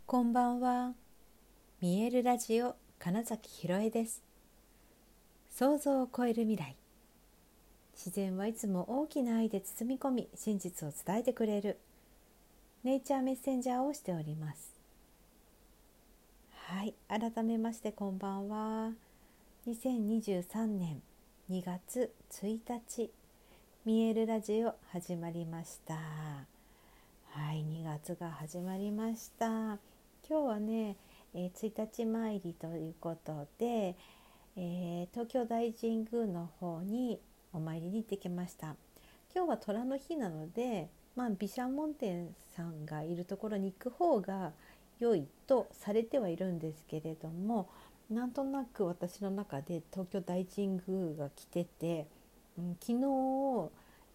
こんばんは。見えるラジオ金崎ひろえです。想像を超える未来。自然はいつも大きな愛で包み込み、真実を伝えてくれるネイチャーメッセンジャーをしております。はい、改めましてこんばんは。2023年2月1日、見えるラジオ始まりました。はい、2月が始まりました。今日はね、1日参りということで、東京大神宮の方にお参りに行ってきました。今日は虎の日なので、毘沙門天さんがいるところに行く方が良いとされてはいるんですけれども、なんとなく私の中で東京大神宮が来てて、昨日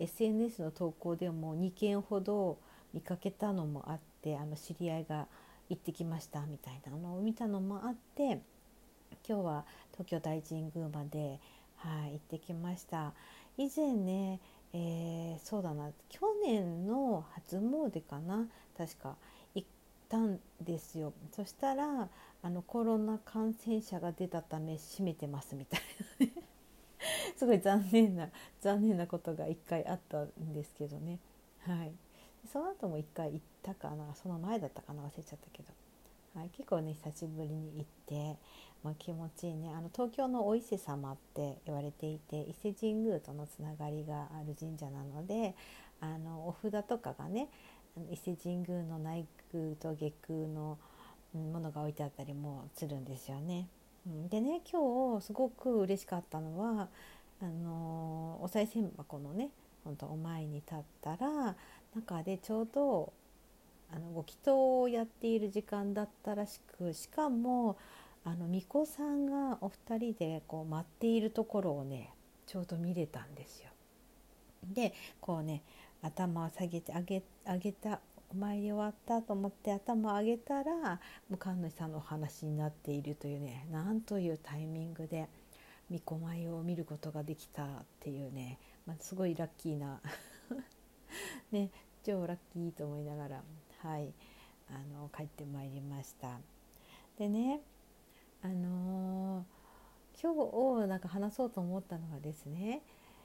SNS の投稿でも2件ほど見かけたのもあって、知り合いが行ってきましたみたいなのを見たのもあって、今日は東京大神宮まで、行ってきました。以前ね、そうだな、去年の初詣かな、確か行ったんですよ。そしたらコロナ感染者が出たため閉めてますみたいなすごい残念なことが一回あったんですけどね。はい。その後も一回行ったかな、その前だったかな、忘れちゃったけど、はい、結構ね久しぶりに行って、気持ちいいね。東京のお伊勢様って言われていて、伊勢神宮とのつながりがある神社なので、お札とかがね、伊勢神宮の内宮と外宮のものが置いてあったりもするんですよね。でね、今日すごく嬉しかったのは、お賽銭箱のね、本当お前に立ったら、中でちょうどご祈祷をやっている時間だったらしく、しかも巫女さんがお二人でこう待っているところをね、ちょうど見れたんですよ。でこうね、頭を下げてあげた、お参り終わったと思って頭を上げたら、神主さんのお話になっているというね、なんというタイミングで巫女舞を見ることができたっていうね、すごいラッキーなね、超ラッキーと思いながら、はい、帰ってまいりました。でね、あの今日なんか話そうと思ったのはですね、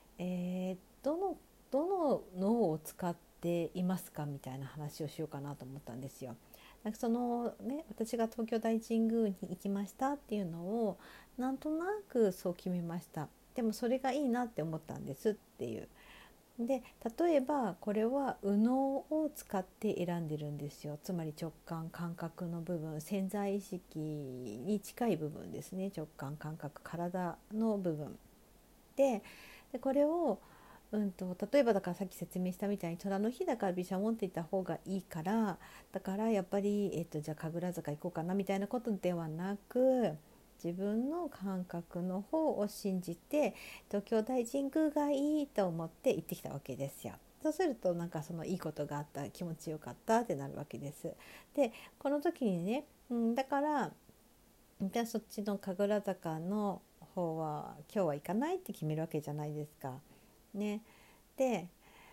どの脳を使っていますかみたいな話をしようかなと思ったんですよ。なんかそのね、私が東京大神宮に行きましたっていうのをなんとなくそう決めました。でもそれがいいなって思ったんですっていう。で例えばこれは右脳を使って選んでるんですよ。つまり直感感覚の部分、潜在意識に近い部分ですね。直感感覚、体の部分でこれを、例えばだからさっき説明したみたいに虎の日だから毘沙門って言った方がいいから、だからやっぱり、じゃあ神楽坂行こうかなみたいなことではなく、自分の感覚の方を信じて東京大神宮がいいと思って行ってきたわけですよ。そうするとなんかそのいいことがあった、気持ちよかったってなるわけです。でこの時にね、だからじゃあそっちの神楽坂の方は今日は行かないって決めるわけじゃないですか。ね、で、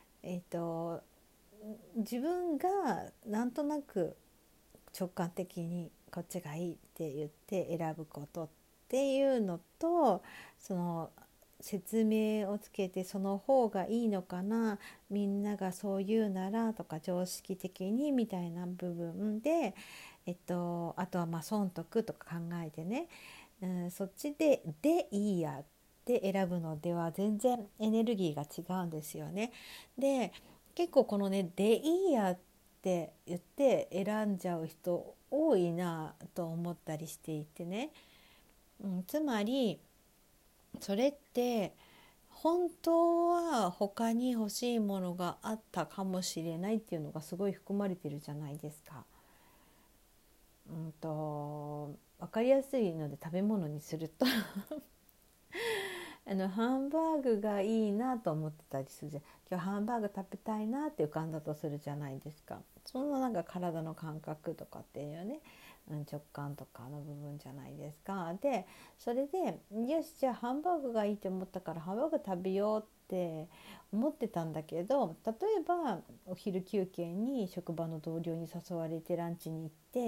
自分がなんとなく直感的にこっちがいいって言って選ぶことっていうのと、その説明をつけてその方がいいのかな、みんながそう言うならとか常識的にみたいな部分で、あとは損得とか考えてね、そっちでいいやって選ぶのでは全然エネルギーが違うんですよね。で結構このねでいいやって言って選んじゃう人多いなと思ったりしていてね、つまりそれって本当は他に欲しいものがあったかもしれないっていうのがすごい含まれてるじゃないですか。分かりやすいので食べ物にするとハンバーグがいいなと思ってたりするじゃん。今日ハンバーグ食べたいなって浮かんだとするじゃないですか。そのなんか体の感覚とかっていうね、直感とかの部分じゃないですか。でそれでよしじゃあハンバーグがいいと思ったからハンバーグ食べようって思ってたんだけど、例えばお昼休憩に職場の同僚に誘われてランチに行って、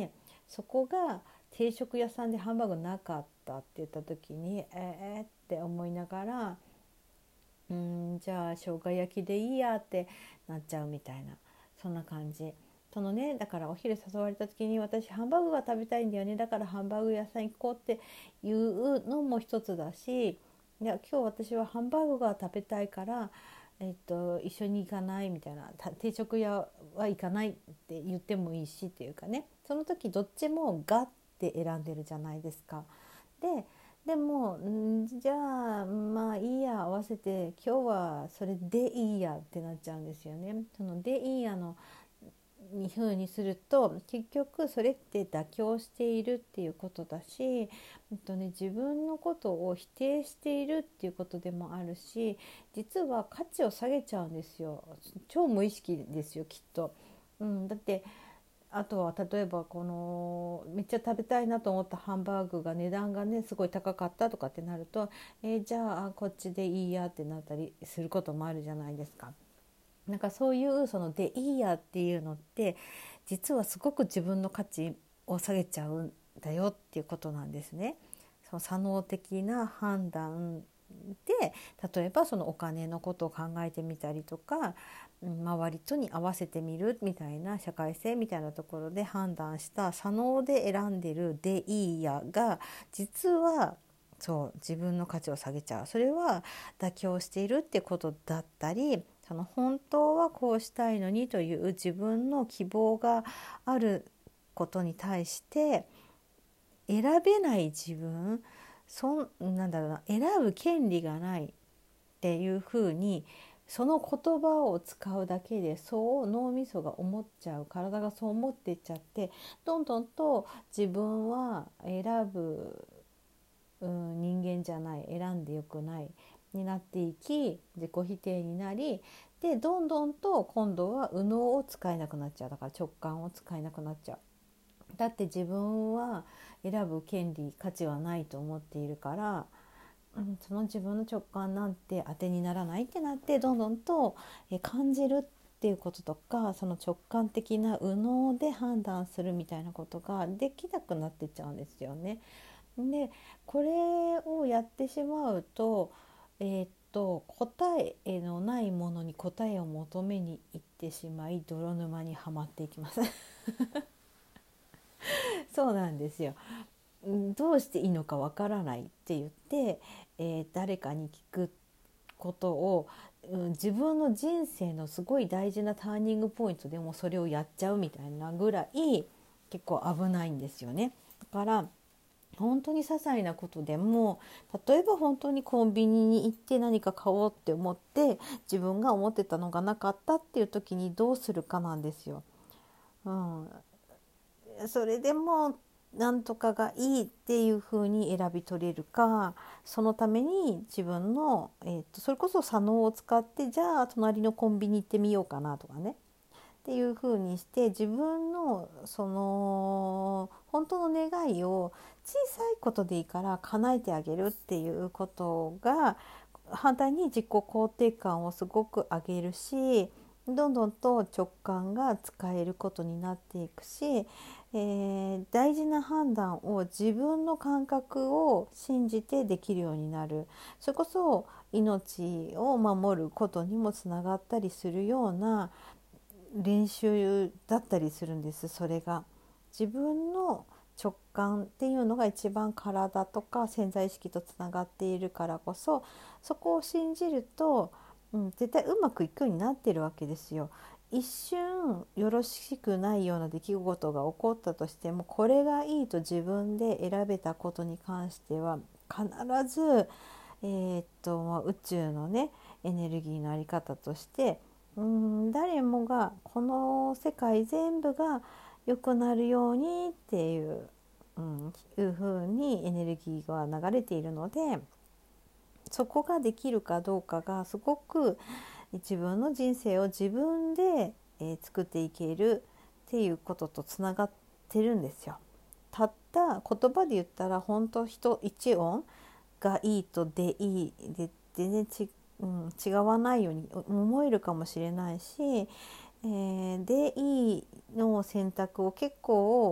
そこが定食屋さんでハンバーグなかったって言った時にって思いながら、じゃあ生姜焼きでいいやってなっちゃうみたいな、そんな感じ。そのね、だからお昼誘われた時に私ハンバーグが食べたいんだよね、だからハンバーグ屋さん行こうっていうのも一つだし、いや今日私はハンバーグが食べたいから、一緒に行かないみたいな、定食屋は行かないって言ってもいいしっていうかね、その時どっちもがって選んでるじゃないですか。でもじゃあまあいいや、合わせて今日はそれでいいやってなっちゃうんですよね。そのでいいやの風にすると結局それって妥協しているっていうことだし、自分のことを否定しているっていうことでもあるし、実は価値を下げちゃうんですよ。超無意識ですよきっと。だってあとは例えばこのめっちゃ食べたいなと思ったハンバーグが値段がねすごい高かったとかってなると、じゃあこっちでいいやってなったりすることもあるじゃないですか。なんかそういうそのでいいやっていうのって実はすごく自分の価値を下げちゃうんだよっていうことなんですね。その左脳的な判断で、例えばそのお金のことを考えてみたりとか、周りとに合わせてみるみたいな社会性みたいなところで判断した左脳で選んでるでいいやが実はそう自分の価値を下げちゃう。それは妥協しているってことだったり、その本当はこうしたいのにという自分の希望があることに対して選べない自分、なんだろうな、選ぶ権利がないっていうふうにその言葉を使うだけでそう脳みそが思っちゃう、体がそう思ってっちゃって、どんどんと自分は選ぶ、人間じゃない、選んでよくないになっていき、自己否定になり、でどんどんと今度は右脳を使えなくなっちゃう。だから直感を使えなくなっちゃう。だって自分は選ぶ権利価値はないと思っているから、その自分の直感なんて当てにならないってなって、どんどんと感じるっていうこととか、その直感的な右脳で判断するみたいなことができなくなってっちゃうんですよね。でこれをやってしまうと、答えのないものに答えを求めに行ってしまい、泥沼にはまっていきますそうなんですよ。どうしていいのかわからないって言って、誰かに聞くことを、自分の人生のすごい大事なターニングポイントでもそれをやっちゃうみたいなぐらい結構危ないんですよね。だから本当に些細なことでも、例えば本当にコンビニに行って何か買おうって思って自分が思ってたのがなかったっていう時にどうするかなんですよ。うん、それでもなんとかがいいっていう風に選び取れるか、そのために自分の、それこそ左脳を使ってじゃあ隣のコンビニ行ってみようかなとかねっていう風にして、自分のその本当の願いを小さいことでいいから叶えてあげるっていうことが反対に自己肯定感をすごく上げるし、どんどんと直感が使えることになっていくし、大事な判断を自分の感覚を信じてできるようになる。それこそ命を守ることにもつながったりするような練習だったりするんです。それが自分の直感っていうのが一番体とか潜在意識とつながっているからこそ、そこを信じると、絶対うまくいくようになってるわけですよ。一瞬よろしくないような出来事が起こったとしても、これがいいと自分で選べたことに関しては必ず、宇宙のねエネルギーのあり方として、誰もがこの世界全部が良くなるようにっていう、いう風にエネルギーが流れているので、そこができるかどうかがすごく自分の人生を自分で、作っていけるっていうこととつながってるんですよ。たった言葉で言ったら本当一音がいいとでいいで全然違わないように思えるかもしれないし、でいいの選択を結構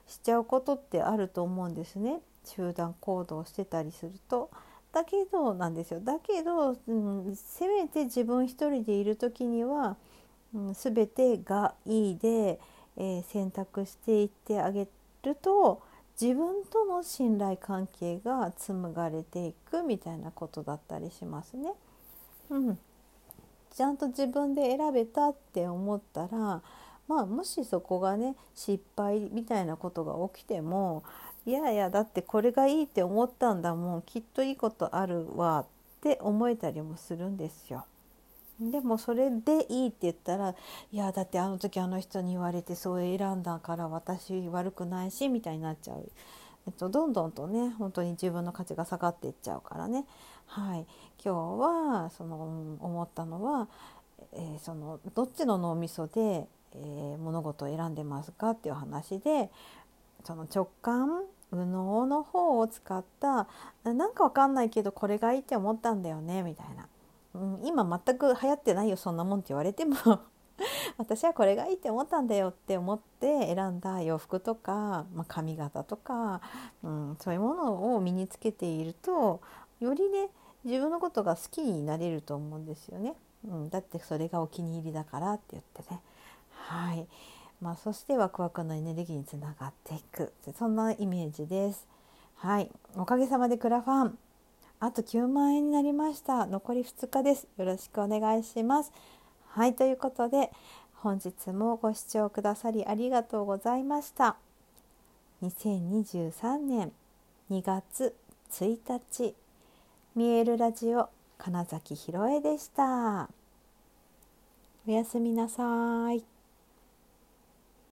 しちゃうことってあると思うんですね。集団行動してたりすると。だけどなんですよ。だけど、せめて自分一人でいる時には、全てがいいで、選択していってあげると、自分との信頼関係が紡がれていくみたいなことだったりしますね。ちゃんと自分で選べたって思ったら、もしそこがね失敗みたいなことが起きても、いやいやだってこれがいいって思ったんだもん、きっといいことあるわって思えたりもするんですよ。でもそれでいいって言ったら、いやだってあの時あの人に言われてそう選んだから私悪くないしみたいになっちゃう。どんどんとね本当に自分の価値が下がっていっちゃうからね。今日は思ったのは、どっちの脳みそで、物事を選んでますかっていう話で、その直感右脳の方を使った、なんかわかんないけどこれがいいって思ったんだよねみたいな、今全く流行ってないよそんなもんって言われても私はこれがいいって思ったんだよって思って選んだ洋服とか、髪型とか、そういうものを身につけていると、よりね自分のことが好きになれると思うんですよね。だってそれがお気に入りだからって言ってね。そしてワクワクのエネルギーにつながっていく、そんなイメージです。おかげさまでクラファンあと9万円になりました。残り2日です。よろしくお願いします。ということで本日もご視聴くださりありがとうございました。2023年2月1日見えるラジオ金崎ひろえでした。おやすみなさい。